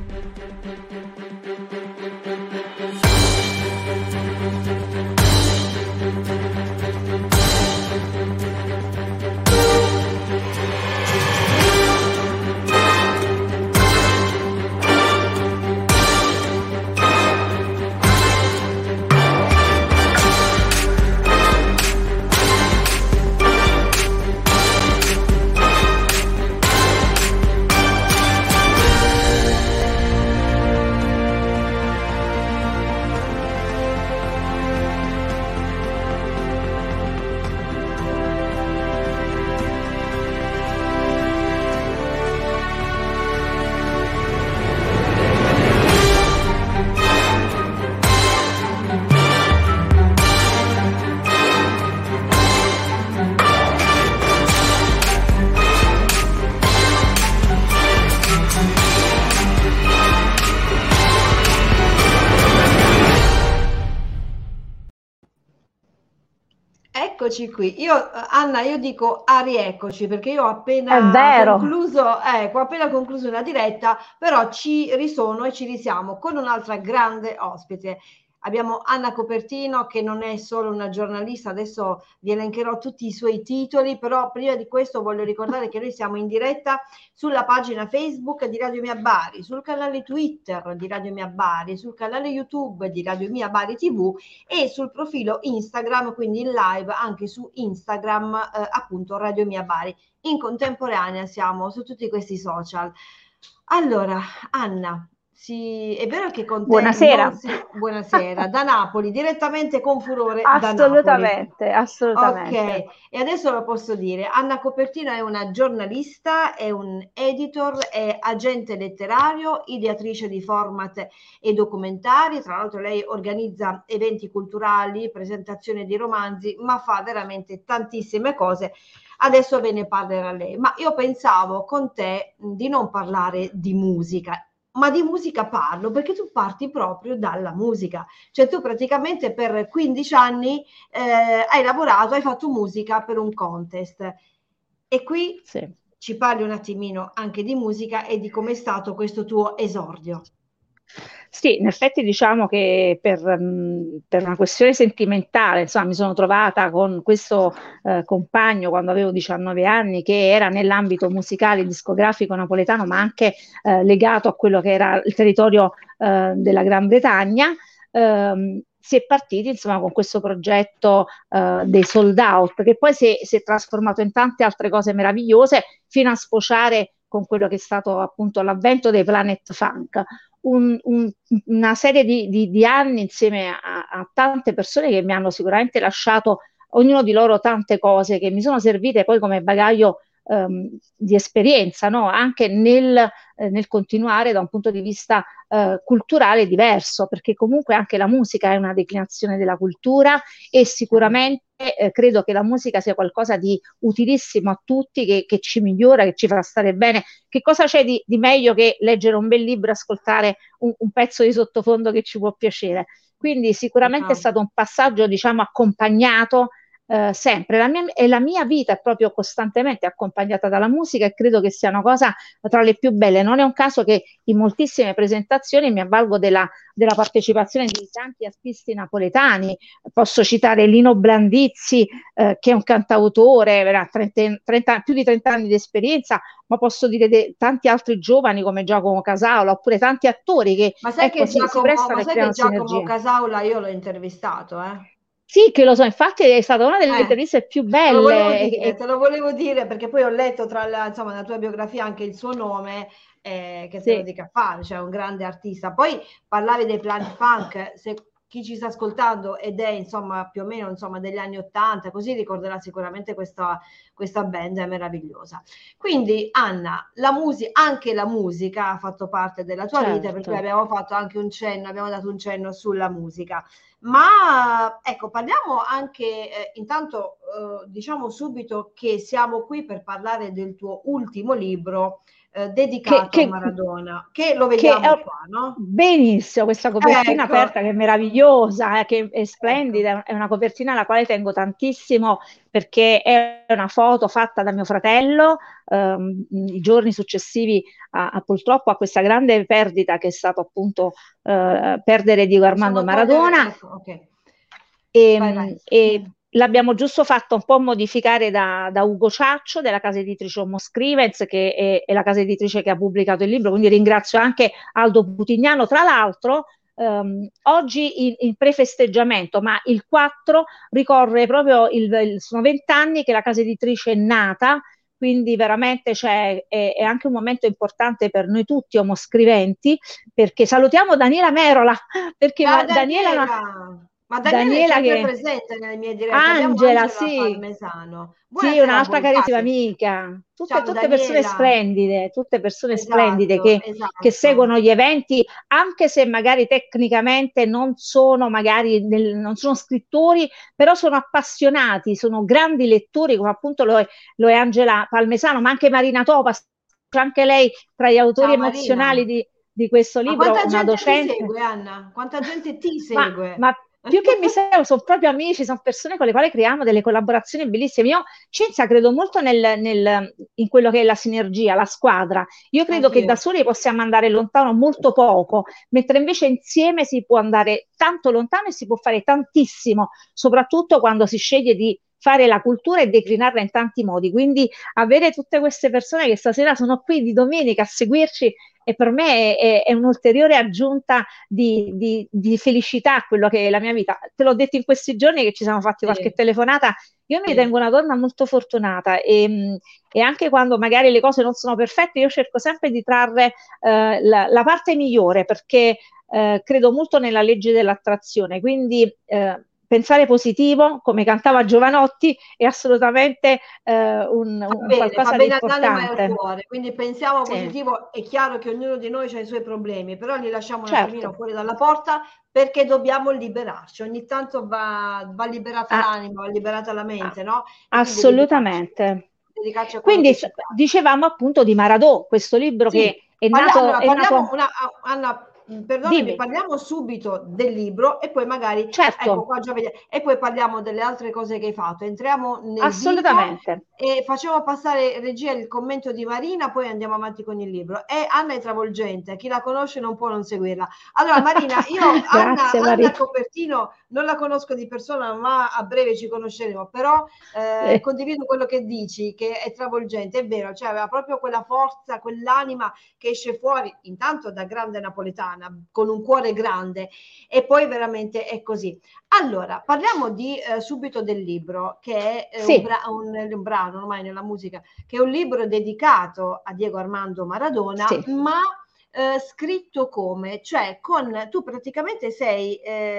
Eccoci qui. Anna, io dico rieccoci perché io ho È vero. appena concluso una diretta, però ci risono e ci risiamo con un'altra grande ospite. Abbiamo Anna Copertino che non è solo una giornalista, adesso vi elencherò tutti i suoi titoli, però prima di questo voglio ricordare che noi siamo in diretta sulla pagina Facebook di Radio Mia Bari, sul canale Twitter di Radio Mia Bari, sul canale YouTube di Radio Mia Bari TV e sul profilo Instagram, quindi in live anche su Instagram, appunto Radio Mia Bari. In contemporanea siamo su tutti questi social. Allora, Anna, sì, è vero che con te non Buonasera. si... Buonasera, da Napoli, direttamente con furore da Napoli. Assolutamente, Ok, assolutamente. e adesso lo posso dire. Anna Copertino è una giornalista, è un editor, è agente letterario, ideatrice di format e documentari. Tra l'altro lei organizza eventi culturali, presentazioni di romanzi, ma fa veramente tantissime cose. Adesso ve ne parlerà lei. Ma io pensavo con te di non parlare di musica, ma di musica parlo perché tu parti proprio dalla musica. Cioè tu praticamente per 15 anni hai lavorato, hai fatto musica per un contest. E qui Sì. ci parli un attimino anche di musica e di com'è stato questo tuo esordio. Sì, in effetti diciamo che per una questione sentimentale, insomma, mi sono trovata con questo compagno quando avevo 19 anni che era nell'ambito musicale discografico napoletano, ma anche legato a quello che era il territorio della Gran Bretagna. Si è partiti insomma con questo progetto dei sold out, che poi si è trasformato in tante altre cose meravigliose, fino a sfociare con quello che è stato appunto l'avvento dei Planet Funk. un- un- una serie di anni insieme a tante persone che mi hanno sicuramente lasciato, ognuno di loro, tante cose che mi sono servite poi come bagaglio di esperienza, no? Anche nel continuare da un punto di vista culturale diverso, perché comunque anche la musica è una declinazione della cultura e sicuramente credo che la musica sia qualcosa di utilissimo a tutti, che ci migliora, che ci fa stare bene. Che cosa c'è di meglio che leggere un bel libro e ascoltare un pezzo di sottofondo che ci può piacere? Quindi sicuramente è Ah, stato un passaggio, diciamo, accompagnato sempre. La mia vita è proprio costantemente accompagnata dalla musica e credo che sia una cosa tra le più belle. Non è un caso che in moltissime presentazioni mi avvalgo della partecipazione di tanti artisti napoletani. Posso citare Lino Brandizzi, che è un cantautore, più di 30 anni di esperienza, ma posso dire tanti altri giovani come Giacomo Casaula, oppure tanti attori che ecco, si prestano e sai che creano Giacomo sinergie. Casaula io l'ho intervistato, eh? Sì, che lo so, infatti è stata una delle Eh, interviste più belle. te lo volevo dire perché poi ho letto insomma, nella tua biografia anche il suo nome, che te lo Sì, dica fare, cioè un grande artista. Poi parlavi dei Planet Funk, se chi ci sta ascoltando ed è insomma più o meno insomma, degli anni Ottanta, così ricorderà sicuramente questa band meravigliosa. Quindi Anna, anche la musica ha fatto parte della tua vita, per cui certo. abbiamo fatto anche un cenno, abbiamo dato un cenno sulla musica. Ma ecco, parliamo anche, intanto diciamo subito che siamo qui per parlare del tuo ultimo libro, dedicato a Maradona, che lo che vediamo qua, no? benissimo, questa copertina Ecco, aperta che è meravigliosa, che è ecco. splendida, è una copertina alla quale tengo tantissimo perché è una foto fatta da mio fratello i giorni successivi purtroppo a questa grande perdita che è stato appunto perdere Diego Armando Possiamo togliere, Maradona ecco, ok, vai, vai. e l'abbiamo giusto fatto un po' modificare da Ugo Ciaccio della casa editrice Homo Scrivens, che è la casa editrice che ha pubblicato il libro, quindi ringrazio anche Aldo Putignano. Tra l'altro, oggi in prefesteggiamento, ma il 4 ricorre proprio sono 20 anni che la casa editrice è nata, quindi veramente è anche un momento importante per noi tutti omoscriventi, perché salutiamo Daniela Merola, perché Ciao Daniela, Daniela! Ma Daniela è Daniela sempre che presente nelle mie dirette. Abbiamo Angela, Angela sì, Parmesano. sì, Buonasera a un'altra voi, carissima fate. amica, Ciao tutte persone Daniela. splendide, tutte persone splendide Esatto, che esatto. seguono gli eventi, anche se magari tecnicamente non sono, magari non sono scrittori, però sono appassionati, sono grandi lettori, come appunto lo è Angela Palmesano, ma anche Marina Topas, anche lei tra gli autori Ciao emozionali Marina. di questo Ma libro, quanta una gente ti docente. segue, Anna? Quanta gente ti Ma, segue? ma più che mi servono, sono proprio amici, sono persone con le quali creiamo delle collaborazioni bellissime. Io, Cinzia, credo molto in quello che è la sinergia, la squadra. Io credo che da Anch'io. soli possiamo andare lontano molto poco, mentre invece insieme si può andare tanto lontano e si può fare tantissimo, soprattutto quando si sceglie di fare la cultura e declinarla in tanti modi. Quindi avere tutte queste persone che stasera sono qui di domenica a seguirci e per me è un'ulteriore aggiunta di felicità a quello che è la mia vita. Te l'ho detto in questi giorni che ci siamo fatti qualche Sì, telefonata. Io mi sì. ritengo una donna molto fortunata e anche quando magari le cose non sono perfette, io cerco sempre di trarre la parte migliore perché credo molto nella legge dell'attrazione. Quindi pensare positivo, come cantava Giovanotti, è assolutamente un Fa qualcosa di bene all'anima e al importante. cuore, quindi pensiamo Sì, positivo. È chiaro che ognuno di noi ha i suoi problemi, però li lasciamo un certo. attimino fuori dalla porta perché dobbiamo liberarci. Ogni tanto va liberata Ah, l'anima, va liberata la ah, mente, no? E quindi assolutamente. dedicarci a quello Quindi che ci piace. dicevamo appunto di Maradò, questo libro Sì, che è nato, allora è parliamo nato, Anna, perdonami, dimmi, parliamo subito del libro e poi magari, ecco certo, qua già vediamo, e poi parliamo delle altre cose che hai fatto. Entriamo nel vivo assolutamente. e facciamo passare regia il commento di Marina, poi andiamo avanti con il libro. E Anna è travolgente, chi la conosce non può non seguirla. Allora Marina, io Grazie Anna Maria. Copertino non la conosco di persona, ma a breve ci conosceremo, però Eh, condivido quello che dici, che è travolgente, è vero, cioè aveva proprio quella forza, quell'anima che esce fuori intanto da grande napoletana, con un cuore grande, e poi veramente è così. Allora, parliamo subito del libro, che è sì, un brano ormai nella musica, che è un libro dedicato a Diego Armando Maradona, sì. ma scritto come? Cioè, tu praticamente sei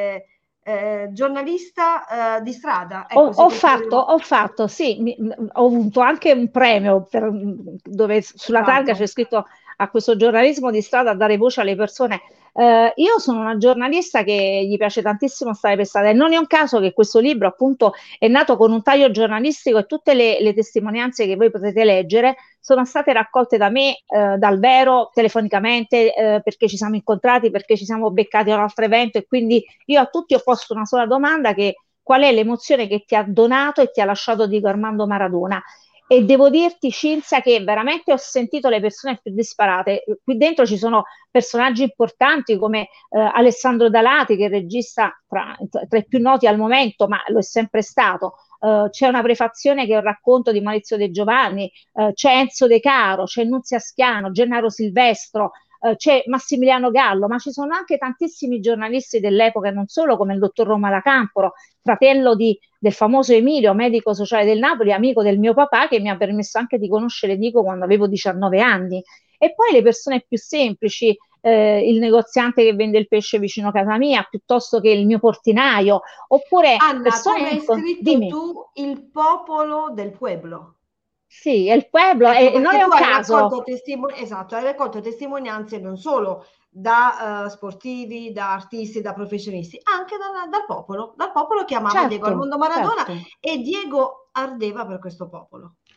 giornalista di strada, Ho, ecco, se ho così fatto, vogliamo. ho fatto, sì, ho avuto anche un premio dove sulla targa Esatto. c'è scritto a questo giornalismo di strada a dare voce alle persone. Io sono una giornalista che gli piace tantissimo stare per strada e non è un caso che questo libro appunto è nato con un taglio giornalistico e tutte le testimonianze che voi potete leggere sono state raccolte da me, dal vero, telefonicamente, perché ci siamo incontrati, perché ci siamo beccati a un altro evento e quindi io a tutti ho posto una sola domanda che qual è l'emozione che ti ha donato e ti ha lasciato Diego Armando Maradona. E devo dirti, Cinzia, che veramente ho sentito le persone più disparate. Qui dentro ci sono personaggi importanti come Alessandro Dalati, che è il regista tra i più noti al momento, ma lo è sempre stato. C'è una prefazione che è un racconto di Maurizio De Giovanni, c'è Enzo De Caro, c'è Nunzia Schiano, Gennaro Silvestro, c'è Massimiliano Gallo, ma ci sono anche tantissimi giornalisti dell'epoca, non solo come il dottor Roma da Camporo, fratello del famoso Emilio, medico sociale del Napoli, amico del mio papà, che mi ha permesso anche di conoscere Nico quando avevo 19 anni. E poi le persone più semplici, il negoziante che vende il pesce vicino a casa mia, piuttosto che il mio portinaio, oppure Anna, come persone, hai ecco, scritto dimmi, tu, il popolo del pueblo. sì, è il pueblo, Ecco, e non perché è tu un caso. esatto, hai raccolto testimonianze non solo da sportivi, da artisti, da professionisti, anche dal popolo che amava Diego Certo, Armando Maradona certo. e Diego ardeva per questo popolo.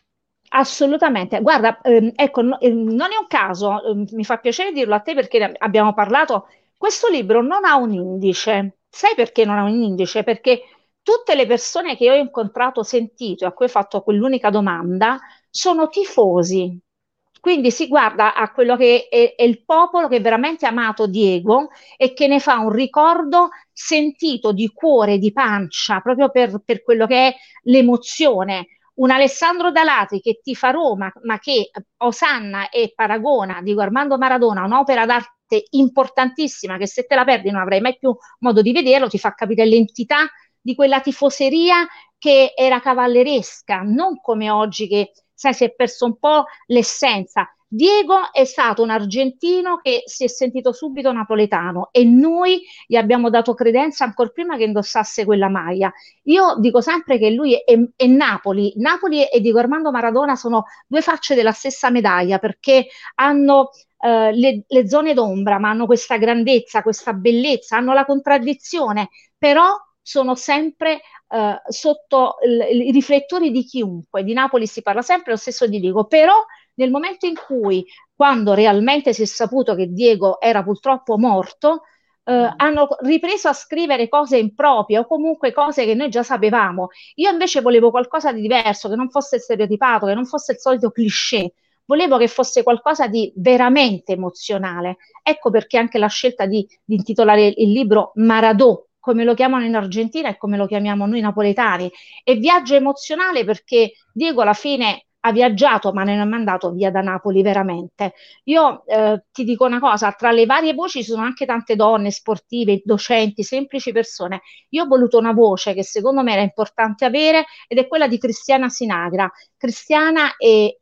Assolutamente, guarda, ecco, non è un caso, mi fa piacere dirlo a te perché ne abbiamo parlato. Questo libro non ha un indice. Sai perché non ha un indice? Perché tutte le persone che io ho incontrato, sentito e a cui ho fatto quell'unica domanda sono tifosi. Quindi si guarda a quello che è il popolo che veramente ha amato Diego e che ne fa un ricordo sentito di cuore, di pancia, proprio per quello che è l'emozione. Un Alessandro Dalati che tifa Roma, ma che osanna e paragona Diego Armando Maradona, un'opera d'arte importantissima che se te la perdi non avrai mai più modo di vederlo, ti fa capire l'entità di quella tifoseria che era cavalleresca, non come oggi che sai, si è perso un po' l'essenza. Diego è stato un argentino che si è sentito subito napoletano e noi gli abbiamo dato credenza ancora prima che indossasse quella maglia. Io dico sempre che lui è Napoli. Napoli e Diego Armando Maradona sono due facce della stessa medaglia perché hanno le zone d'ombra, ma hanno questa grandezza, questa bellezza, hanno la contraddizione, però sono sempre sotto i riflettori di chiunque. Di Napoli si parla sempre lo stesso di Diego, però nel momento in cui, quando realmente si è saputo che Diego era purtroppo morto, hanno ripreso a scrivere cose improprie o comunque cose che noi già sapevamo. Io invece volevo qualcosa di diverso, che non fosse stereotipato, che non fosse il solito cliché. Volevo che fosse qualcosa di veramente emozionale. Ecco perché anche la scelta di intitolare il libro Maradò, come lo chiamano in Argentina e come lo chiamiamo noi napoletani. E viaggio emozionale perché Diego alla fine ha viaggiato, ma non è mandato via da Napoli veramente. Io ti dico una cosa, tra le varie voci ci sono anche tante donne sportive, docenti, semplici persone. Io ho voluto una voce che secondo me era importante avere ed è quella di Cristiana Sinagra. Cristiana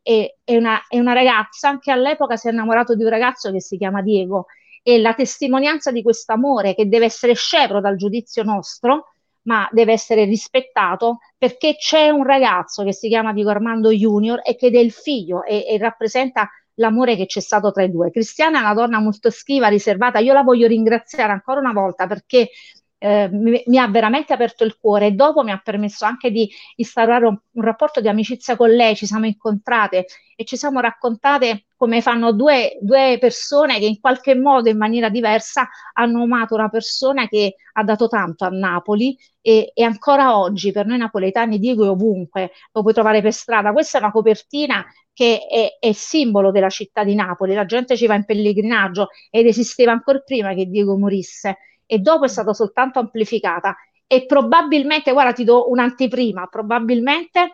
è una ragazza che all'epoca si è innamorato di un ragazzo che si chiama Diego e la testimonianza di questo amore che deve essere scevro dal giudizio nostro, ma deve essere rispettato perché c'è un ragazzo che si chiama Diego Armando Junior e che è il figlio e rappresenta l'amore che c'è stato tra i due. Cristiana è una donna molto schiva, riservata. Io la voglio ringraziare ancora una volta perché mi ha veramente aperto il cuore e dopo mi ha permesso anche di instaurare un rapporto di amicizia con lei. Ci siamo incontrate e ci siamo raccontate come fanno due persone che in qualche modo, in maniera diversa, hanno amato una persona che ha dato tanto a Napoli e ancora oggi per noi napoletani Diego è ovunque, lo puoi trovare per strada. Questa è una copertina che è simbolo della città di Napoli, la gente ci va in pellegrinaggio ed esisteva ancora prima che Diego morisse e dopo è stata soltanto amplificata e probabilmente, guarda, ti do un'anteprima, probabilmente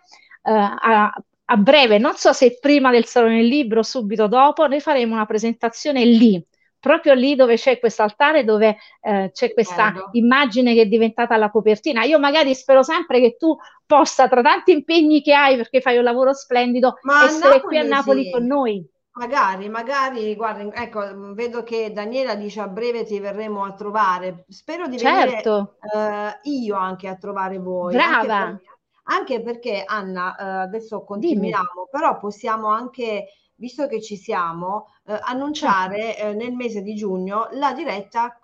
a breve, non so se prima del Salone del Libro o subito dopo, noi faremo una presentazione lì, proprio lì dove c'è questo altare, dove c'è questa Bello. immagine che è diventata la copertina. Io magari spero sempre che tu possa, tra tanti impegni che hai, perché fai un lavoro splendido, Ma a essere qui a Napoli Napoli con sì, noi. magari, guarda, ecco, vedo che Daniela dice a breve ti verremo a trovare. Spero di venire Certo, io anche a trovare voi, brava, anche perché Anna, adesso dimmi, continuiamo, però possiamo anche, visto che ci siamo, certo. annunciare nel mese di giugno la diretta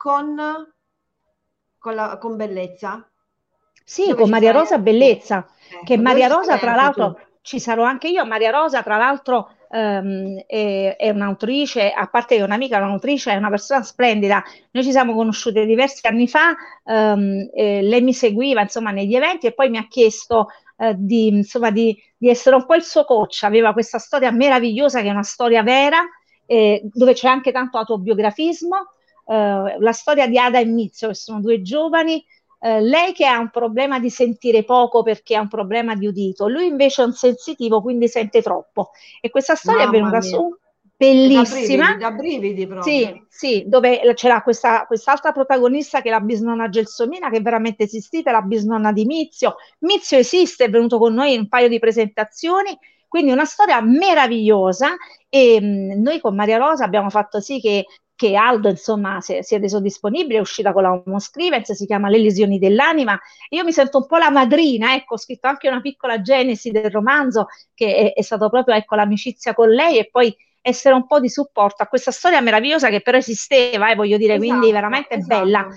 con Bellezza, Sì, dove con ci Maria sarai Rosa anche tu. Bellezza, che Ecco, dove Maria ci Rosa, sarai tra anche tu. l'altro, ci sarò anche io. Maria Rosa, tra l'altro, è un'autrice, a parte che è un'amica, è un'autrice, è una persona splendida. Noi ci siamo conosciute diversi anni fa, lei mi seguiva, insomma, negli eventi e poi mi ha chiesto, insomma, di essere un po' il suo coach. Aveva questa storia meravigliosa che è una storia vera, dove c'è anche tanto autobiografismo, la storia di Ada e Mizio, che sono due giovani lei che ha un problema di sentire poco perché ha un problema di udito, lui invece è un sensitivo, quindi sente troppo. E questa storia è Mamma venuta mia, su, bellissima. da brividi proprio. Sì, sì, dove c'era quest'altra protagonista che è la bisnonna Gelsomina, che è veramente esistita, la bisnonna di Mizio. Mizio esiste, è venuto con noi in un paio di presentazioni, quindi una storia meravigliosa e noi con Maria Rosa abbiamo fatto sì che Aldo, insomma, si è reso disponibile, è uscita con la Homo Scrivens, si chiama Le lesioni dell'anima. Io mi sento un po' la madrina, ecco, ho scritto anche una piccola genesi del romanzo, che è stato proprio, ecco, l'amicizia con lei e poi essere un po' di supporto a questa storia meravigliosa che però esisteva, voglio dire, quindi Esatto, veramente bella. esatto.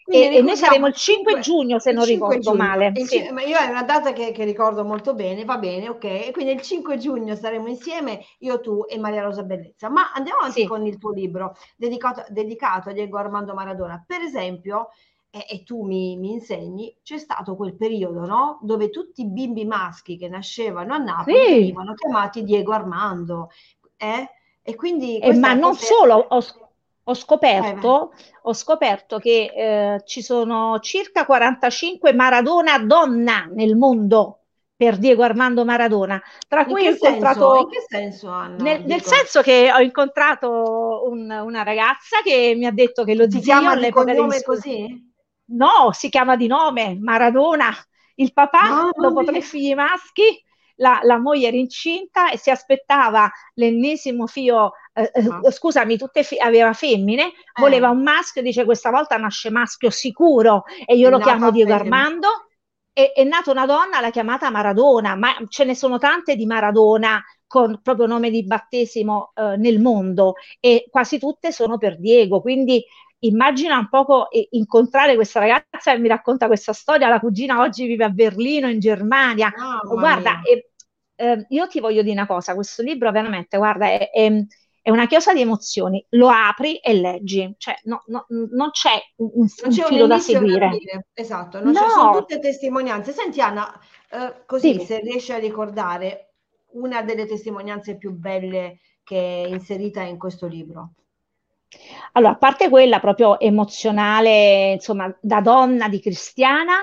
Quindi e noi saremo ricordiamo il 5 giugno, se il non 5 ricordo giugno, male. Sì, ma io è una data che ricordo molto bene, va bene, ok. E quindi il 5 giugno saremo insieme, io, tu e Maria Rosa Bellezza. Ma andiamo avanti sì, con il tuo libro dedicato a Diego Armando Maradona. Per esempio, e tu mi insegni, c'è stato quel periodo, no? Dove tutti i bimbi maschi che nascevano a Napoli sì. venivano chiamati Diego Armando, eh? E quindi questa Ma è non forse... solo, ho vai. scoperto, ho scoperto che ci sono circa 45 Maradona donna nel mondo per Diego Armando Maradona, tra In cui ho che senso? In incontrato, che senso, Anna? nel Dico, senso che ho incontrato una ragazza che mi ha detto che lo si zio chiama di all'epoca degli cognome studi, così? no, si chiama di nome Maradona, il papà Mamma dopo tre mia! figli maschi, la moglie era incinta e si aspettava l'ennesimo figlio, Ma, scusami, aveva femmine, voleva eh, un maschio, dice questa volta nasce maschio sicuro e io è lo chiamo nata Diego femmina. Armando. E è nata una donna, l'ha chiamata Maradona, ma ce ne sono tante di Maradona con proprio nome di battesimo nel mondo e quasi tutte sono per Diego, quindi immagina un poco incontrare questa ragazza che mi racconta questa storia, la cugina oggi vive a Berlino, in Germania. Mamma Guarda, mia. io ti voglio dire una cosa, questo libro veramente, guarda, è una chiosa di emozioni, lo apri e leggi, cioè non c'è Non un c'è un filo da inizio e una seguire. fine, esatto, non c'è, sono No, tutte testimonianze. Senti Anna, così dimmi. se riesci a ricordare una delle testimonianze più belle che è inserita in questo libro. Allora, a parte quella proprio emozionale, insomma, da donna di cristiana,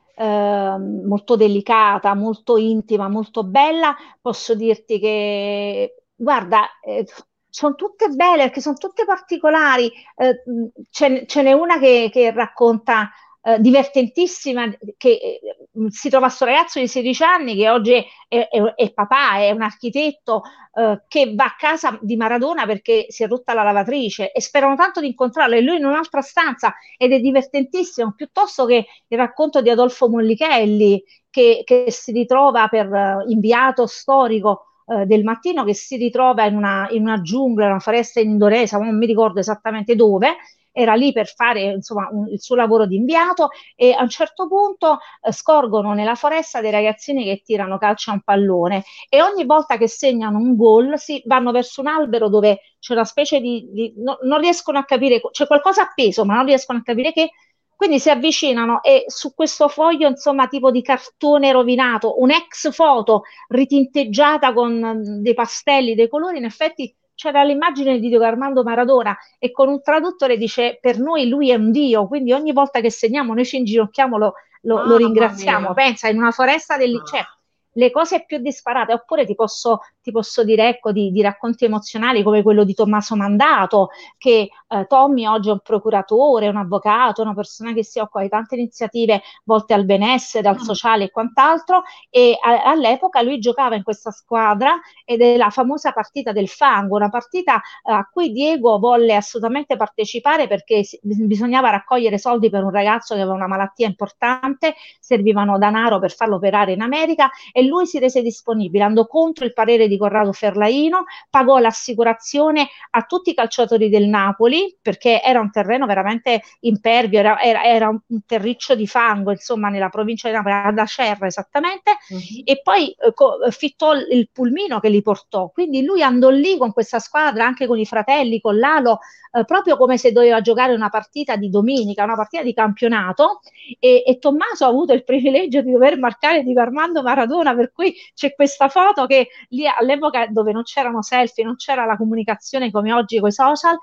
molto delicata, molto intima, molto bella, posso dirti che, guarda, sono tutte belle perché sono tutte particolari. Ce n'è una che racconta, divertentissima, che si trova questo ragazzo di 16 anni che oggi è papà, è un architetto che va a casa di Maradona perché si è rotta la lavatrice e sperano tanto di incontrarlo e lui in un'altra stanza ed è divertentissimo, piuttosto che il racconto di Adolfo Mollichelli che si ritrova per inviato storico del mattino che si ritrova in una giungla, in una foresta in Indonesia, non mi ricordo esattamente dove, era lì per fare insomma il suo lavoro di inviato e a un certo punto scorgono nella foresta dei ragazzini che tirano calcio a un pallone e ogni volta che segnano un gol vanno verso un albero dove c'è una specie non riescono a capire, c'è qualcosa appeso, ma non riescono a capire che, quindi si avvicinano e su questo foglio, insomma, tipo di cartone rovinato, un'ex foto ritinteggiata con dei pastelli, dei colori, in effetti c'era l'immagine di Diego Armando Maradona e con un traduttore dice per noi lui è un dio, quindi ogni volta che segniamo noi ci inginocchiamo, lo Mamma mia. ringraziamo. Pensa, in una foresta del... cioè, Ah. le cose più disparate, oppure ti posso dire, ecco, di racconti emozionali come quello di Tommaso Mandato, che Tommy oggi è un procuratore, un avvocato, una persona che si occupa di tante iniziative volte al benessere, al Mm. sociale e quant'altro, e all'epoca lui giocava in questa squadra ed è la famosa partita del fango, una partita a cui Diego volle assolutamente partecipare perché bisognava raccogliere soldi per un ragazzo che aveva una malattia importante, servivano denaro per farlo operare in America e lui si rese disponibile, andò contro il parere di Corrado Ferlaino, pagò l'assicurazione a tutti i calciatori del Napoli perché era un terreno veramente impervio, era un terriccio di fango, insomma, nella provincia di Napoli, ad Acerra esattamente, Mhm. e poi fittò il pulmino che li portò. Quindi lui andò lì con questa squadra, anche con i fratelli, con Lalo, proprio come se doveva giocare una partita di domenica, una partita di campionato, e Tommaso ha avuto il privilegio di dover marcare di Armando Maradona, per cui c'è questa foto che lì all'epoca dove non c'erano selfie, non c'era la comunicazione come oggi con i social,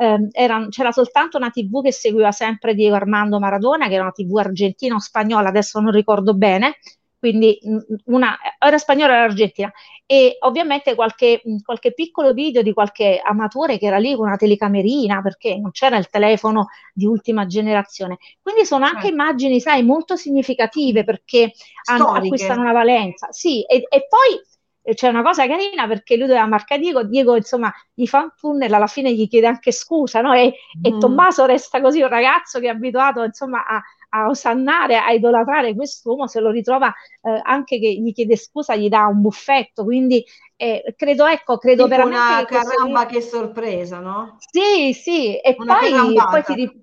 c'era soltanto una TV che seguiva sempre Diego Armando Maradona, che era una TV argentina o spagnola, adesso non ricordo bene, quindi una, era spagnola o era argentina, e ovviamente qualche piccolo video di qualche amatore che era lì con una telecamerina, perché non c'era il telefono di ultima generazione. Quindi sono anche Certo. immagini, sai, molto significative perché Storiche. acquistano una valenza. Sì, e poi c'è una cosa carina perché lui doveva marcare Diego, Diego insomma gli fa un tunnel, alla fine gli chiede anche scusa, no? E Mm. Tommaso resta così un ragazzo che è abituato insomma a osannare, a idolatrare quest'uomo, se lo ritrova anche che gli chiede scusa, gli dà un buffetto, quindi credo, ecco, credo Tipo veramente una che questo caramba libro... che sorpresa, no? Sì, sì, Una e poi carambata. ti,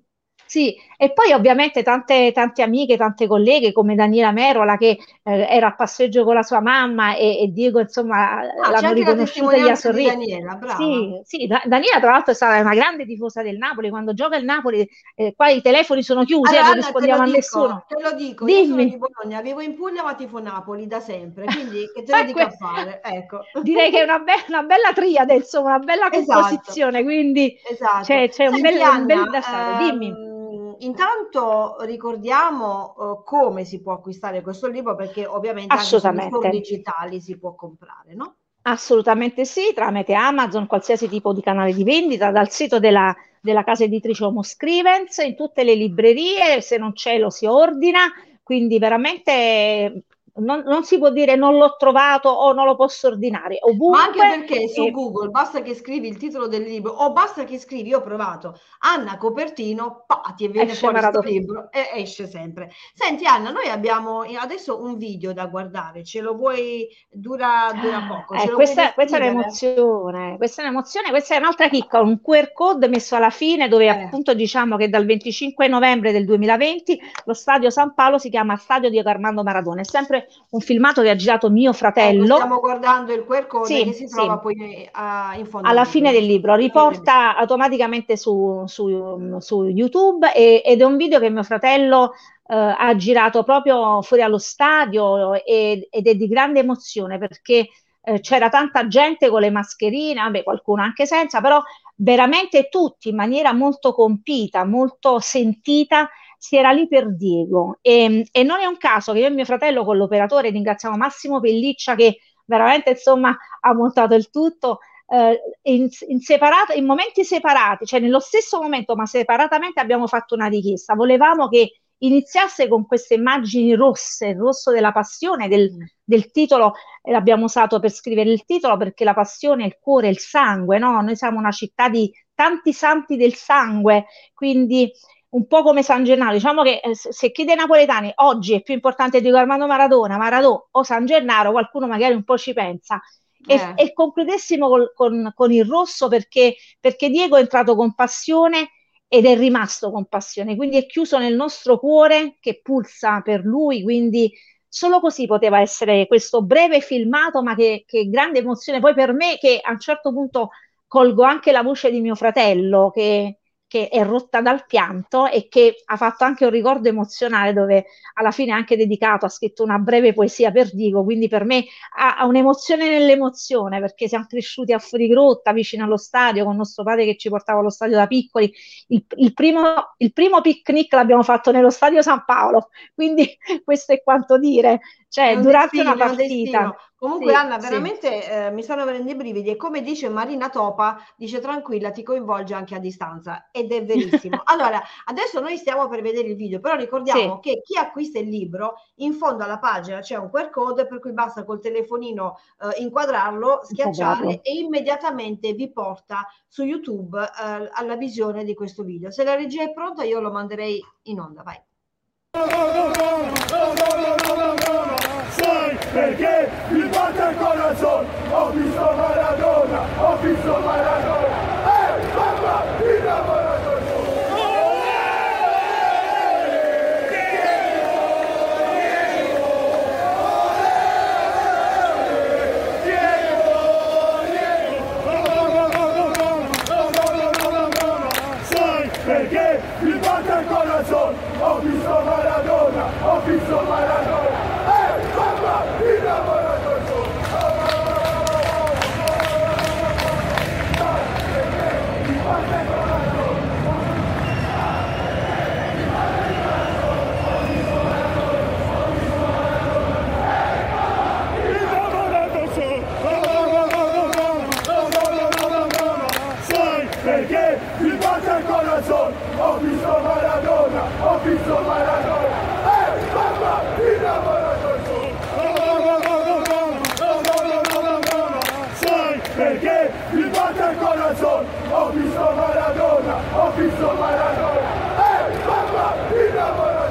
Sì, e poi ovviamente tante amiche, tante colleghe come Daniela Merola che era a passeggio con la sua mamma e Diego insomma Ah, c'è l'hanno anche la riconosciuta e gli ha testimonianza di sorriso. Daniela, brava. Sì, sì, Daniela tra l'altro è stata una grande tifosa del Napoli, quando gioca il Napoli qua i telefoni sono chiusi e Allora, non Anna, rispondiamo a nessuno. te lo dico, io sono di Dimmi. Bologna, vivo in Puglia ma tifo Napoli da sempre, quindi che te lo dico a fare? Ecco. Direi che è una bella triade, insomma, una bella Esatto, composizione, quindi esatto. c'è Senti un Anna, bel da fare. Dimmi. intanto ricordiamo come si può acquistare questo libro perché ovviamente anche sugli store Assolutamente. digitali si può comprare, no? Assolutamente sì, tramite Amazon, qualsiasi tipo di canale di vendita, dal sito della casa editrice Homo Scrivens, in tutte le librerie, se non c'è lo si ordina, quindi veramente non si può dire non l'ho trovato o non lo posso ordinare, Ma anche ovunque. perché su Google basta che scrivi il titolo del libro o basta che scrivi, io ho provato, Anna Copertino, ti viene Esce fuori sto Maradona. libro e esce sempre. Senti Anna, noi abbiamo adesso un video da guardare, ce lo vuoi, dura poco, ce lo vuoi Questa è descrivere? un'emozione, questa è un'emozione, questa è un'altra chicca, un QR code messo alla fine dove Eh, appunto diciamo che dal 25 novembre del 2020 lo stadio San Paolo si chiama Stadio Diego Armando Maradona. È sempre un filmato che ha girato mio ecco, fratello. stiamo guardando il QR code che Sì, si trova sì, poi in fondo al alla libro, fine del giusto? libro, riporta automaticamente su YouTube ed è un video che mio fratello ha girato proprio fuori allo stadio ed è di grande emozione perché c'era tanta gente con le mascherine, vabbè, qualcuno anche senza, però veramente tutti in maniera molto compita, molto sentita. Si era lì per Diego e non è un caso che io e mio fratello con l'operatore ringraziamo Massimo Pelliccia che veramente insomma ha montato il tutto in momenti separati, cioè nello stesso momento ma separatamente abbiamo fatto una richiesta. Volevamo che iniziasse con queste immagini rosse, il rosso della passione, Mm. del titolo, l'abbiamo usato per scrivere il titolo perché la passione, il cuore, il sangue, no? Noi siamo una città di tanti santi del sangue, quindi un po' come San Gennaro, diciamo che se chi dei napoletani oggi è più importante di Armando Maradona, Maradona o San Gennaro, qualcuno magari un po' ci pensa. Eh. E concludessimo con il rosso perché Diego è entrato con passione ed è rimasto con passione, quindi è chiuso nel nostro cuore che pulsa per lui, quindi solo così poteva essere questo breve filmato, ma che grande emozione. Poi per me che a un certo punto colgo anche la voce di mio fratello che è rotta dal pianto e che ha fatto anche un ricordo emozionale dove alla fine ha anche dedicato, ha scritto una breve poesia per Diego, quindi per me ha un'emozione nell'emozione perché siamo cresciuti a Fuorigrotta, vicino allo stadio, con nostro padre che ci portava allo stadio da piccoli. Il primo picnic l'abbiamo fatto nello stadio San Paolo, quindi questo è quanto dire, È cioè un durante una destino, è un partita. destino. Comunque, Sì, Anna, sì, veramente mi stanno venendo i brividi e come dice Marina Topa, dice tranquilla, ti coinvolge anche a distanza ed è verissimo. Allora, adesso noi stiamo per vedere il video, però ricordiamo sì, che chi acquista il libro, in fondo alla pagina c'è un QR code per cui basta col telefonino inquadrarlo, schiacciare inquadrarlo. e immediatamente vi porta su YouTube alla visione di questo video. Se la regia è pronta, io lo manderei in onda, vai. Sai perché mi batte il corazon? Ho visto Maradona, ho visto Maradona. Mamma, mi Maradona. Sai perché mi batte il corazon? Ho visto Maradona, ho visto Maradona. Mamma, mi Maradona. Sai perché mi batte il corazon? Ho visto Maradona, ho visto Maradona. Mamma, mi Maradona. Sai perché mi batte il corazon? Ho visto Maradona, ho visto Maradona. Mamma, mi Maradona.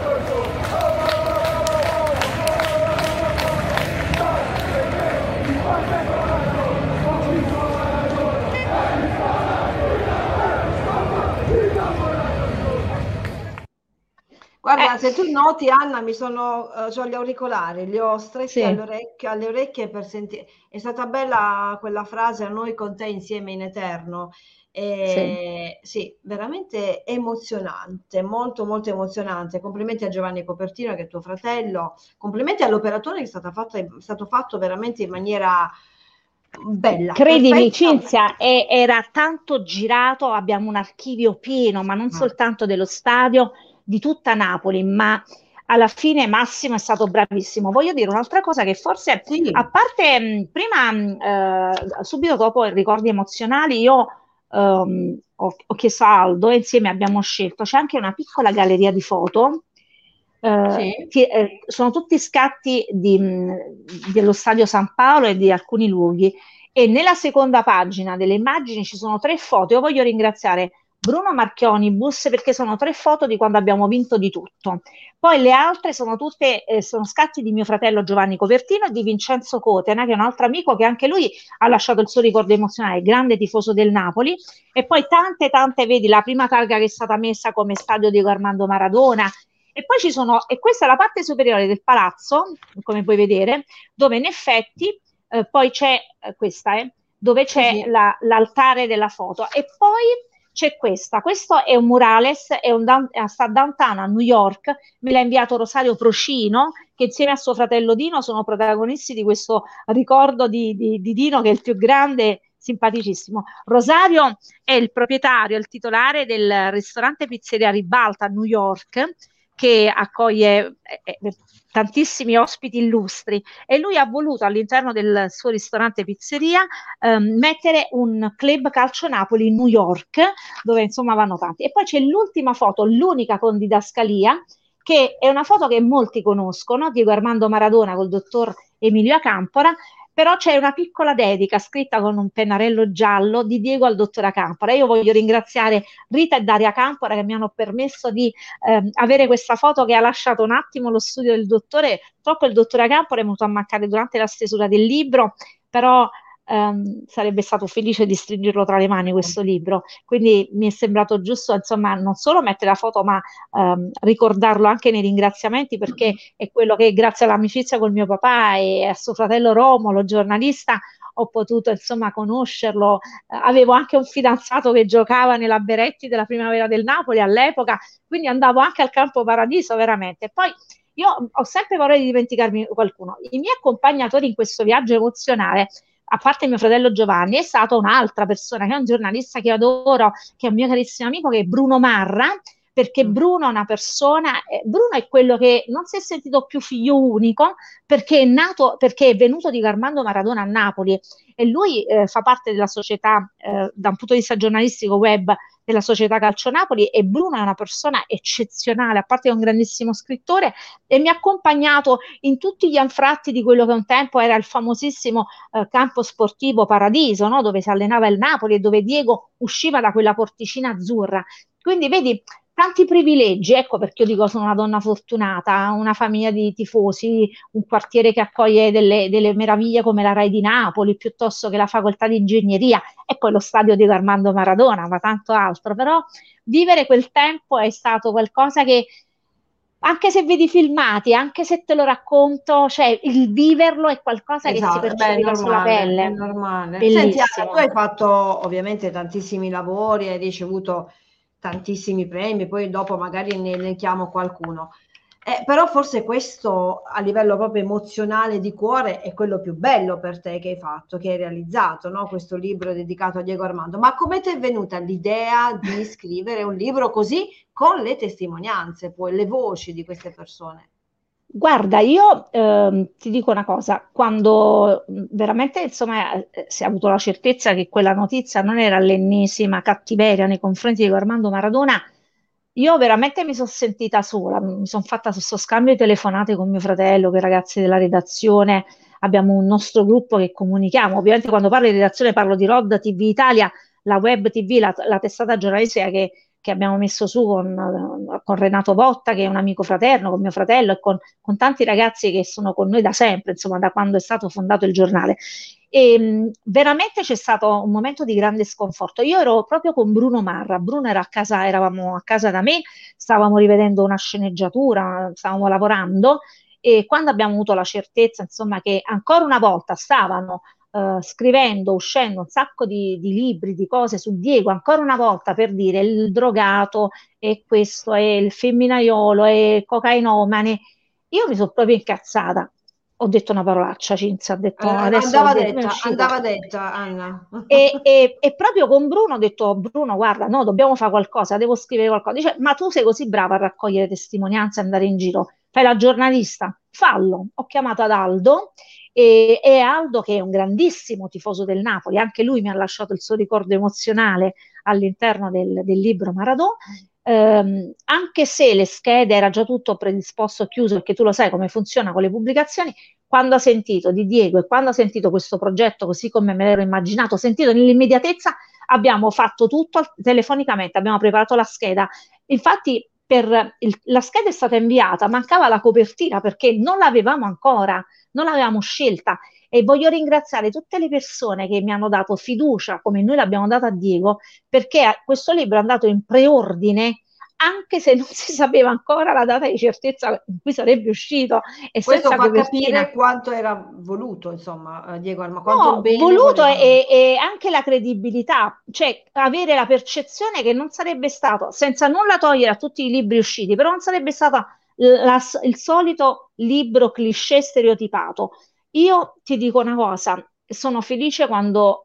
Guarda, se tu noti, Anna, c'ho gli auricolari, li ho stretti Sì, alle orecchie per sentire. È stata bella quella frase, a noi con te insieme in eterno. sì. Sì, veramente emozionante, molto molto emozionante. Complimenti a Giovanni Copertino, che è tuo fratello. Complimenti all'operatore che è stato fatto veramente in maniera bella, Credimi, perfetta. Cinzia, era tanto girato, abbiamo un archivio pieno, ma non Ah, soltanto dello stadio, di tutta Napoli, ma alla fine Massimo è stato bravissimo. Voglio dire un'altra cosa che forse, a sì, parte prima, subito dopo i ricordi emozionali, io ho chiesto a Aldo e insieme abbiamo scelto, c'è anche una piccola galleria di foto. sì, Sono tutti scatti dello Stadio San Paolo e di alcuni luoghi e nella seconda pagina delle immagini ci sono 3 foto. Io voglio ringraziare Bruno Marchioni Bus perché sono 3 foto di quando abbiamo vinto di tutto. Poi le altre sono tutte sono scatti di mio fratello Giovanni Copertino e di Vincenzo Cotena, che è un altro amico che anche lui ha lasciato il suo ricordo emozionale, grande tifoso del Napoli. E poi tante, vedi la prima targa che è stata messa come stadio Diego Armando Maradona. E poi ci sono, e questa è la parte superiore del palazzo, come puoi vedere, dove in effetti poi c'è questa, dove sì, c'è sì. l'altare della foto. E poi c'è questa, questo è un murales, sta downtown a New York, me l'ha inviato Rosario Procino, che insieme a suo fratello Dino sono protagonisti di questo ricordo di Dino, che è il più grande, simpaticissimo. Rosario è il proprietario, il titolare del ristorante Pizzeria Ribalta a New York, che accoglie tantissimi ospiti illustri e lui ha voluto all'interno del suo ristorante pizzeria mettere un club calcio Napoli in New York dove insomma vanno tanti. E poi c'è l'ultima foto, l'unica con didascalia, che è una foto che molti conoscono, Diego Armando Maradona col dottor Emilio Acampora, però c'è una piccola dedica scritta con un pennarello giallo di Diego al dottor Acampora. Io voglio ringraziare Rita e Daria Acampora che mi hanno permesso di avere questa foto che ha lasciato un attimo lo studio del dottore. Purtroppo il dottore Acampora è venuto a mancare durante la stesura del libro, però sarebbe stato felice di stringerlo tra le mani questo libro. Quindi mi è sembrato giusto, insomma, non solo mettere la foto, ma ricordarlo anche nei ringraziamenti, perché è quello che grazie all'amicizia col mio papà e a suo fratello Romolo, giornalista, ho potuto insomma conoscerlo. Avevo anche un fidanzato che giocava nella Beretti della Primavera del Napoli all'epoca, quindi andavo anche al Campo Paradiso veramente. E poi io ho sempre paura di dimenticarmi qualcuno. I miei accompagnatori in questo viaggio emozionale, a parte mio fratello Giovanni, è stata un'altra persona che è un giornalista che adoro, che è un mio carissimo amico, che è Bruno Marra, perché Mm. Bruno è una persona, Bruno è quello che non si è sentito più figlio unico, perché è nato, perché è venuto di Armando Maradona a Napoli e lui fa parte della società, da un punto di vista giornalistico web, della società Calcio Napoli, e Bruno è una persona eccezionale, a parte che è un grandissimo scrittore, e mi ha accompagnato in tutti gli anfratti di quello che un tempo era il famosissimo campo sportivo Paradiso, no? Dove si allenava il Napoli e dove Diego usciva da quella porticina azzurra. Quindi vedi, tanti privilegi, ecco perché io dico sono una donna fortunata, una famiglia di tifosi, un quartiere che accoglie delle meraviglie come la Rai di Napoli, piuttosto che la facoltà di ingegneria, e poi lo stadio di Armando Maradona, ma tanto altro. Però vivere quel tempo è stato qualcosa che, anche se vedi filmati, anche se te lo racconto, cioè il viverlo è qualcosa che si Esatto, beh, percepiva sulla è pelle. normale. Senti, Anna, tu Bellissimo. hai fatto ovviamente tantissimi lavori, hai ricevuto tantissimi premi, poi dopo magari ne elenchiamo qualcuno. Però forse questo a livello proprio emozionale di cuore è quello più bello per te che hai fatto, che hai realizzato, no? Questo libro dedicato a Diego Armando. Ma come ti è venuta l'idea di scrivere un libro così con le testimonianze, poi le voci di queste persone? Guarda, io ti dico una cosa, quando veramente insomma si è avuto la certezza che quella notizia non era l'ennesima cattiveria nei confronti di Armando Maradona, io veramente mi sono sentita sola, mi sono fatta questo scambio di telefonate con mio fratello, con i ragazzi della redazione, abbiamo un nostro gruppo che comunichiamo, ovviamente quando parlo di redazione parlo di Rod TV Italia, la web TV, la testata giornalistica che abbiamo messo su con Renato Botta, che è un amico fraterno, con mio fratello e con tanti ragazzi che sono con noi da sempre, insomma, da quando è stato fondato il giornale. E veramente c'è stato un momento di grande sconforto. Io ero proprio con Bruno Marra. Bruno era a casa, eravamo a casa da me, stavamo rivedendo una sceneggiatura, stavamo lavorando, e quando abbiamo avuto la certezza, insomma, che ancora una volta stavano scrivendo, uscendo un sacco di libri, di cose su Diego, ancora una volta per dire il drogato, e questo è il femminaiolo, è il cocainomane, io mi sono proprio incazzata. Ho detto una parolaccia, Cinzia, ho detto adesso mi è uscita. Andava detta, Anna. E proprio con Bruno ho detto: Bruno, guarda, no, dobbiamo fare qualcosa, devo scrivere qualcosa. Dice: ma tu sei così brava a raccogliere testimonianze e andare in giro, fai la giornalista, fallo. Ho chiamato ad Aldo, e Aldo, che è un grandissimo tifoso del Napoli, anche lui mi ha lasciato il suo ricordo emozionale all'interno del libro Maradona. Anche se le schede era già tutto predisposto, chiuso, perché tu lo sai come funziona con le pubblicazioni, quando ha sentito di Diego e quando ha sentito questo progetto così come me l'ero immaginato, sentito nell'immediatezza, abbiamo fatto tutto telefonicamente, abbiamo preparato la scheda. Infatti la scheda è stata inviata, mancava la copertina perché non l'avevamo ancora, non l'avevamo scelta, e voglio ringraziare tutte le persone che mi hanno dato fiducia come noi l'abbiamo data a Diego, perché questo libro è andato in preordine anche se non si sapeva ancora la data di certezza in cui sarebbe uscito, e Questo senza fa copertina. capire quanto era voluto, insomma, Diego Arma, quanto No, bene voluto voleva. e anche la credibilità, cioè avere la percezione che non sarebbe stato, senza nulla togliere a tutti i libri usciti, però non sarebbe stato il solito libro cliché stereotipato. Io ti dico una cosa, sono felice quando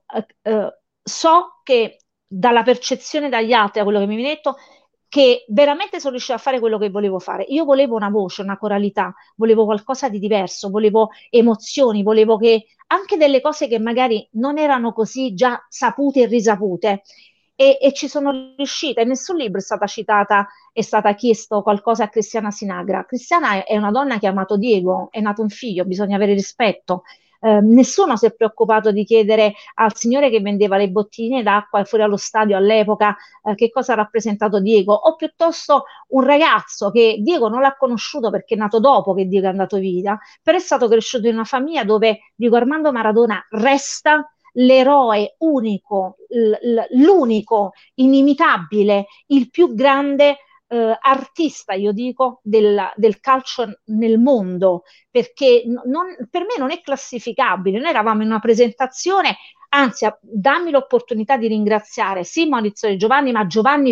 so che dalla percezione dagli altri, da quello che mi viene detto, che veramente sono riuscita a fare quello che volevo fare. Io volevo una voce, una coralità, volevo qualcosa di diverso, volevo emozioni, volevo che anche delle cose che magari non erano così già sapute e risapute. E ci sono riuscita. In nessun libro è stata citata, è stata chiesto qualcosa a Cristiana Sinagra. Cristiana è una donna che ha amato Diego, è nato un figlio, bisogna avere rispetto. Nessuno si è preoccupato di chiedere al signore che vendeva le bottiglie d'acqua fuori allo stadio all'epoca che cosa ha rappresentato Diego, o piuttosto un ragazzo che Diego non l'ha conosciuto perché è nato dopo che Diego è andato via, però è stato cresciuto in una famiglia dove Diego Armando Maradona resta l'eroe unico, l'unico, inimitabile, il più grande artista, io dico, del calcio nel mondo, perché per me non è classificabile. Noi eravamo in una presentazione, anzi, dammi l'opportunità di ringraziare sì Maurizio De Giovanni, ma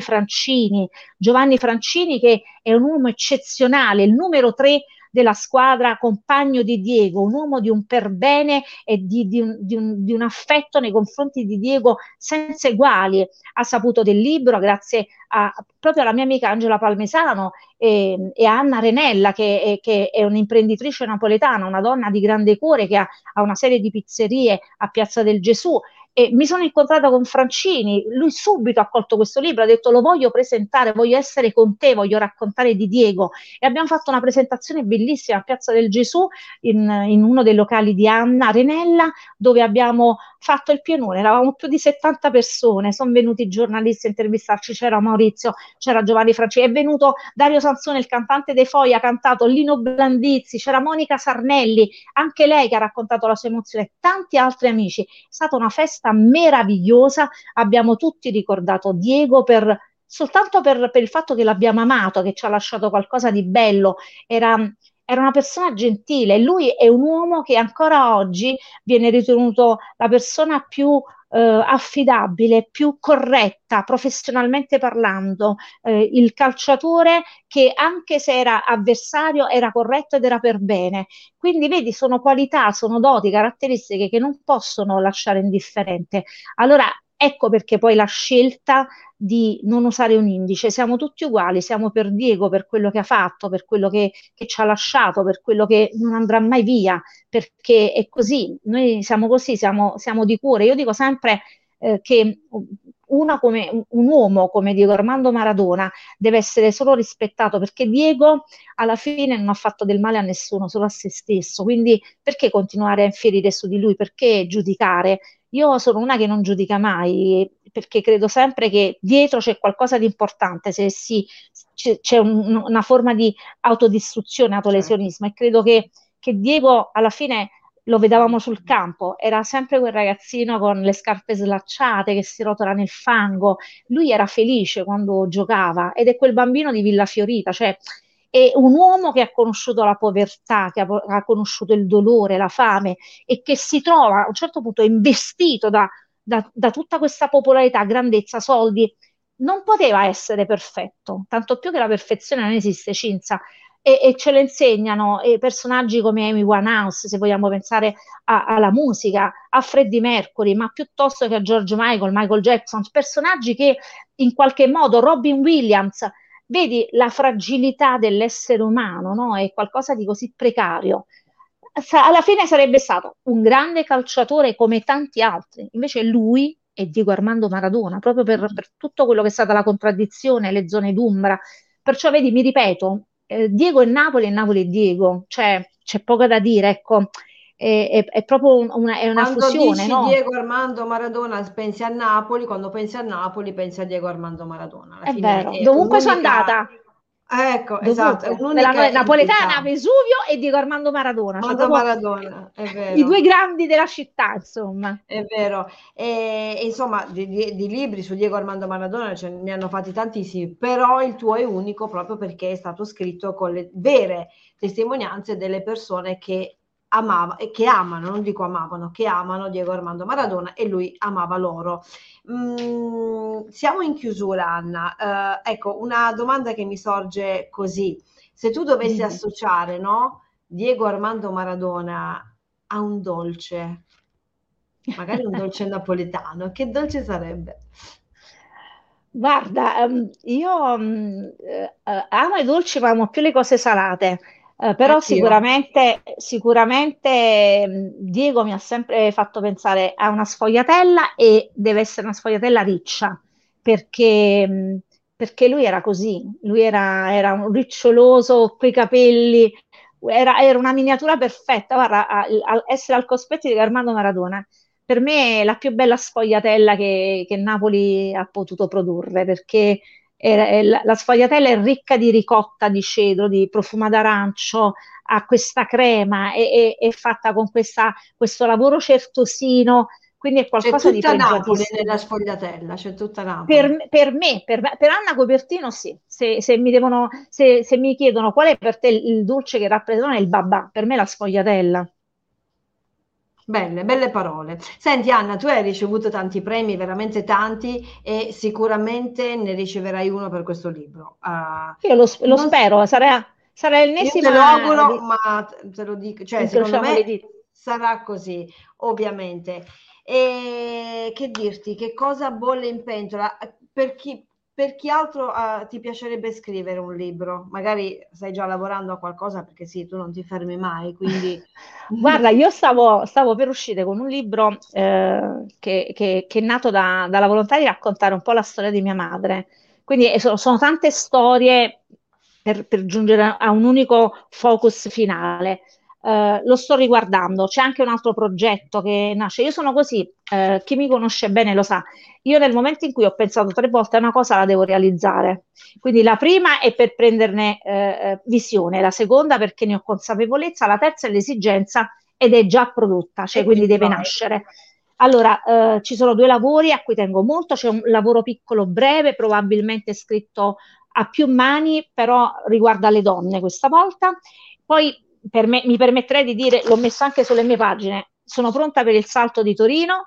Giovanni Francini che è un uomo eccezionale, il numero 3 della squadra, compagno di Diego, un uomo di un perbene e di un affetto nei confronti di Diego senza eguali. Ha saputo del libro grazie proprio alla mia amica Angela Palmesano e a Anna Renella, che è un'imprenditrice napoletana, una donna di grande cuore che ha una serie di pizzerie a Piazza del Gesù. E mi sono incontrata con Francini, lui subito ha colto questo libro, ha detto: lo voglio presentare, voglio essere con te, voglio raccontare di Diego. E abbiamo fatto una presentazione bellissima a Piazza del Gesù, in uno dei locali di Anna Renella, dove abbiamo fatto il pienone. Eravamo più di 70 persone, sono venuti i giornalisti a intervistarci, c'era Maurizio, c'era Giovanni Francini, è venuto Dario Sansone, il cantante dei Foi, ha cantato Lino Blandizzi, c'era Monica Sarnelli, anche lei che ha raccontato la sua emozione, tanti altri amici. È stata una festa meravigliosa, abbiamo tutti ricordato Diego soltanto per il fatto che l'abbiamo amato, che ci ha lasciato qualcosa di bello. Era una persona gentile, e lui è un uomo che ancora oggi viene ritenuto la persona più affidabile, più corretta professionalmente parlando, il calciatore che anche se era avversario era corretto ed era per bene. Quindi vedi, sono qualità, sono doti, caratteristiche che non possono lasciare indifferente. Allora, ecco perché poi la scelta di non usare un indice, siamo tutti uguali, siamo per Diego, per quello che ha fatto, per quello che ci ha lasciato, per quello che non andrà mai via, perché è così, noi siamo così, siamo di cuore. Io dico sempre che un uomo come Diego Armando Maradona deve essere solo rispettato, perché Diego alla fine non ha fatto del male a nessuno, solo a se stesso. Quindi perché continuare a infierire su di lui? Perché giudicare? Io sono una che non giudica mai, perché credo sempre che dietro c'è qualcosa di importante, se sì, c'è una forma di autodistruzione, autolesionismo, e credo che Diego alla fine lo vedevamo sul campo, era sempre quel ragazzino con le scarpe slacciate che si rotola nel fango. Lui era felice quando giocava ed è quel bambino di Villa Fiorita, cioè è un uomo che ha conosciuto la povertà, ha conosciuto il dolore, la fame e che si trova a un certo punto investito da tutta questa popolarità, grandezza, soldi. Non poteva essere perfetto, tanto più che la perfezione non esiste, Cinzia, e ce lo insegnano personaggi come Amy Winehouse, se vogliamo pensare alla musica, a Freddie Mercury, ma piuttosto che a George Michael, Michael Jackson, personaggi che in qualche modo, Robin Williams, vedi la fragilità dell'essere umano, no? È qualcosa di così precario. Alla fine sarebbe stato un grande calciatore come tanti altri, invece lui è Diego Armando Maradona, proprio per tutto quello che è stata la contraddizione, le zone d'ombra. Perciò, vedi, mi ripeto, Diego è Napoli e Napoli è Diego, cioè c'è poco da dire, ecco, è proprio è una Quando fusione, dici no? Diego Armando Maradona pensi a Napoli, quando pensi a Napoli pensi a Diego Armando Maradona. Alla È fine vero, è dovunque sono un'unica, andata, ecco, esatto, è dovunque, un'unica napoletana, entità. Vesuvio e Diego Armando Maradona, cioè Armando proprio Maradona, è i due vero. grandi della città, insomma. È vero, e insomma di libri su Diego Armando Maradona ne hanno fatti tantissimi, però il tuo è unico proprio perché è stato scritto con le vere testimonianze delle persone che amava e che amano, non dico amavano, che amano Diego Armando Maradona e lui amava loro. Siamo in chiusura, Anna. Ecco, una domanda che mi sorge così: se tu dovessi Dimmi. associare, no, Diego Armando Maradona a un dolce, magari un dolce napoletano, che dolce sarebbe? Guarda, io amo i dolci, ma amo più le cose salate. Però Anch'io. sicuramente Diego mi ha sempre fatto pensare a una sfogliatella e deve essere una sfogliatella riccia, perché, perché lui era così, era un riccioloso, quei capelli, era una miniatura perfetta. Guarda, essere al cospetto di Armando Maradona per me è la più bella sfogliatella che Napoli ha potuto produrre, perché la sfogliatella è ricca di ricotta di cedro, di profuma d'arancio, ha questa crema, è fatta con questo lavoro certosino, quindi è C'è qualcosa di tutta Napoli pregiatissimo. nella sfogliatella, c'è tutta Napoli. Per Anna Copertino sì, se mi chiedono qual è per te il dolce che rappresenta il babà, per me è la sfogliatella. Belle, belle parole. Senti Anna, tu hai ricevuto tanti premi, veramente tanti, e sicuramente ne riceverai uno per questo libro. Io lo Non s- spero, sarà Io te lo l'ennesima auguro, ma te lo dico, cioè secondo incrociamo le me dita. sarà così, ovviamente. E che dirti, che cosa bolle in pentola? Per chi altro ti piacerebbe scrivere un libro? Magari stai già lavorando a qualcosa perché sì, tu non ti fermi mai, quindi Guarda, io stavo per uscire con un libro che è nato dalla volontà di raccontare un po' la storia di mia madre. Quindi sono tante storie per giungere a un unico focus finale. Lo sto riguardando, c'è anche un altro progetto che nasce. Io sono così, chi mi conosce bene lo sa. Io nel momento in cui ho pensato 3 volte a una cosa la devo realizzare. Quindi la prima è per prenderne visione, la seconda perché ne ho consapevolezza, la terza è l'esigenza ed è già prodotta, cioè e quindi quindi deve vai. nascere. Allora, ci sono 2 lavori a cui tengo molto, c'è un lavoro piccolo breve, probabilmente scritto a più mani, però riguarda le donne questa volta. Poi mi permetterei di dire, l'ho messo anche sulle mie pagine, sono pronta per il Salto di Torino,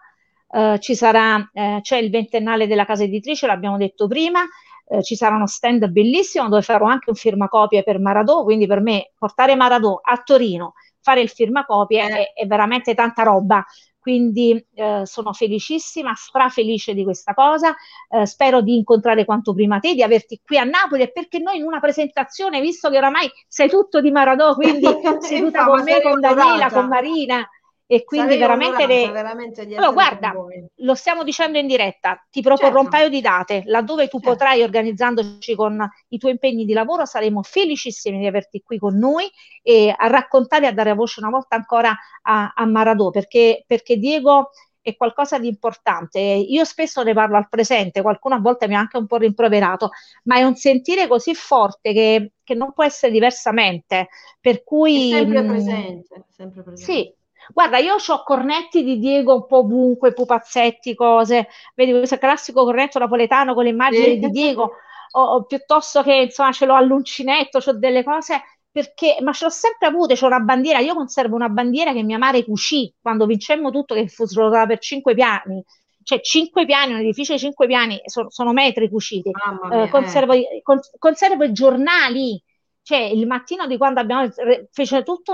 c'è il 20ennale della casa editrice, l'abbiamo detto prima, ci sarà uno stand bellissimo dove farò anche un firmacopie per Maradò, quindi per me portare Maradò a Torino, fare il firmacopie è veramente tanta roba. Quindi sono felicissima, strafelice di questa cosa. Spero di incontrare quanto prima te, di averti qui a Napoli e perché noi in una presentazione, visto che oramai sei tutto di Maradò, quindi seduta Ma con me, sarei con Daniela, con onorata, Marina e quindi sarei veramente onorata veramente di Allora, essere con guarda, voi. lo stiamo dicendo in diretta, ti proporrò un Certo, paio di date, laddove tu certo. potrai, organizzandoci con i tuoi impegni di lavoro, saremo felicissimi di averti qui con noi e a raccontare e a dare voce una volta ancora a Maradò, perché Diego è qualcosa di importante. Io spesso ne parlo al presente, qualcuno a volte mi ha anche un po' rimproverato, ma è un sentire così forte che non può essere diversamente. Per È cui sempre presente, sempre sì, presente. Guarda, io ho cornetti di Diego un po' ovunque, pupazzetti, cose, vedi questo classico cornetto napoletano con le immagini Sì. di Diego, o piuttosto che insomma ce l'ho all'uncinetto, c'ho delle cose, perché, ma ce l'ho sempre avute, c'ho una bandiera, io conservo una bandiera che mia madre cucì quando vincemmo tutto, che fu svuotata per 5 piani, cioè 5 piani, un edificio di 5 piani, sono metri cuciti. Mamma mia, Conservo i giornali, cioè il mattino di quando abbiamo fece tutto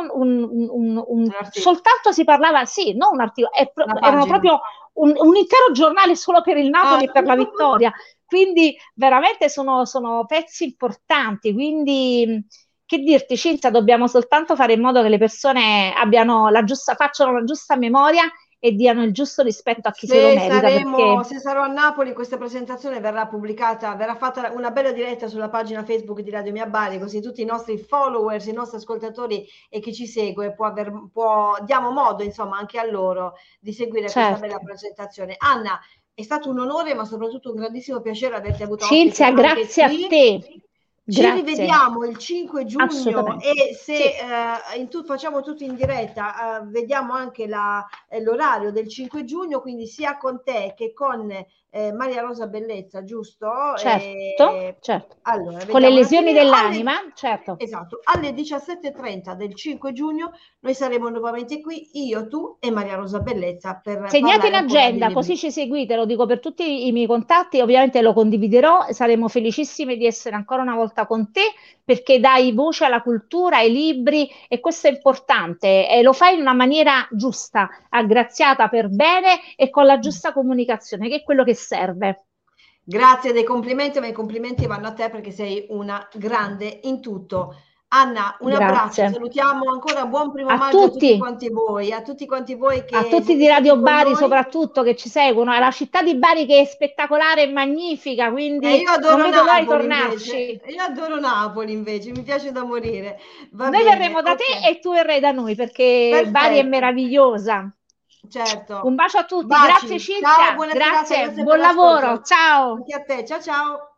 soltanto si parlava, sì, non un articolo, una erano pagina. proprio un intero giornale solo per il Napoli e per la vittoria. Quindi veramente sono pezzi importanti. Quindi che dirti, Cinzia, dobbiamo soltanto fare in modo che le persone facciano la giusta memoria e diano il giusto rispetto a chi se lo merita, perché Se sarò a Napoli, questa presentazione verrà pubblicata, verrà fatta una bella diretta sulla pagina Facebook di Radio Mia Bari, così tutti i nostri followers, i nostri ascoltatori e chi ci segue diamo modo, insomma, anche a loro di seguire questa bella presentazione. Anna, è stato un onore, ma soprattutto un grandissimo piacere averti avuto ospite Cinzia, anche grazie qui. A te. Ci Grazie. rivediamo il 5 giugno e se sì. facciamo tutto in diretta, vediamo anche l'orario del 5 giugno, quindi sia con te che con Maria Rosa Bellezza, giusto? Certo. Allora, con le lesioni dell'anima, certo. Esatto, alle 17:30 del 5 giugno noi saremo nuovamente qui, io, tu e Maria Rosa Bellezza, per Segnate in parlare ancora di agenda, libri. così ci seguite, lo dico per tutti i miei contatti, ovviamente lo condividerò, saremo felicissime di essere ancora una volta con te perché dai voce alla cultura, ai libri e questo è importante e lo fai in una maniera giusta, aggraziata per bene e con la giusta comunicazione, che è quello che serve. Grazie dei complimenti, ma i complimenti vanno a te perché sei una grande in tutto. Anna, un abbraccio, salutiamo ancora buon primo maggio a tutti quanti voi, a tutti di Radio Bari soprattutto che ci seguono, è la città di Bari che è spettacolare e magnifica, quindi non vedo l'ora di tornarci. Io adoro Napoli invece, mi piace da morire. Noi verremo da te e tu verrai da noi perché Bari è meravigliosa. Certo. Un bacio a tutti, Baci. grazie Cinzia, Ciao, buona grazie, serata, buon lavoro, ciao. Anche a te, ciao ciao.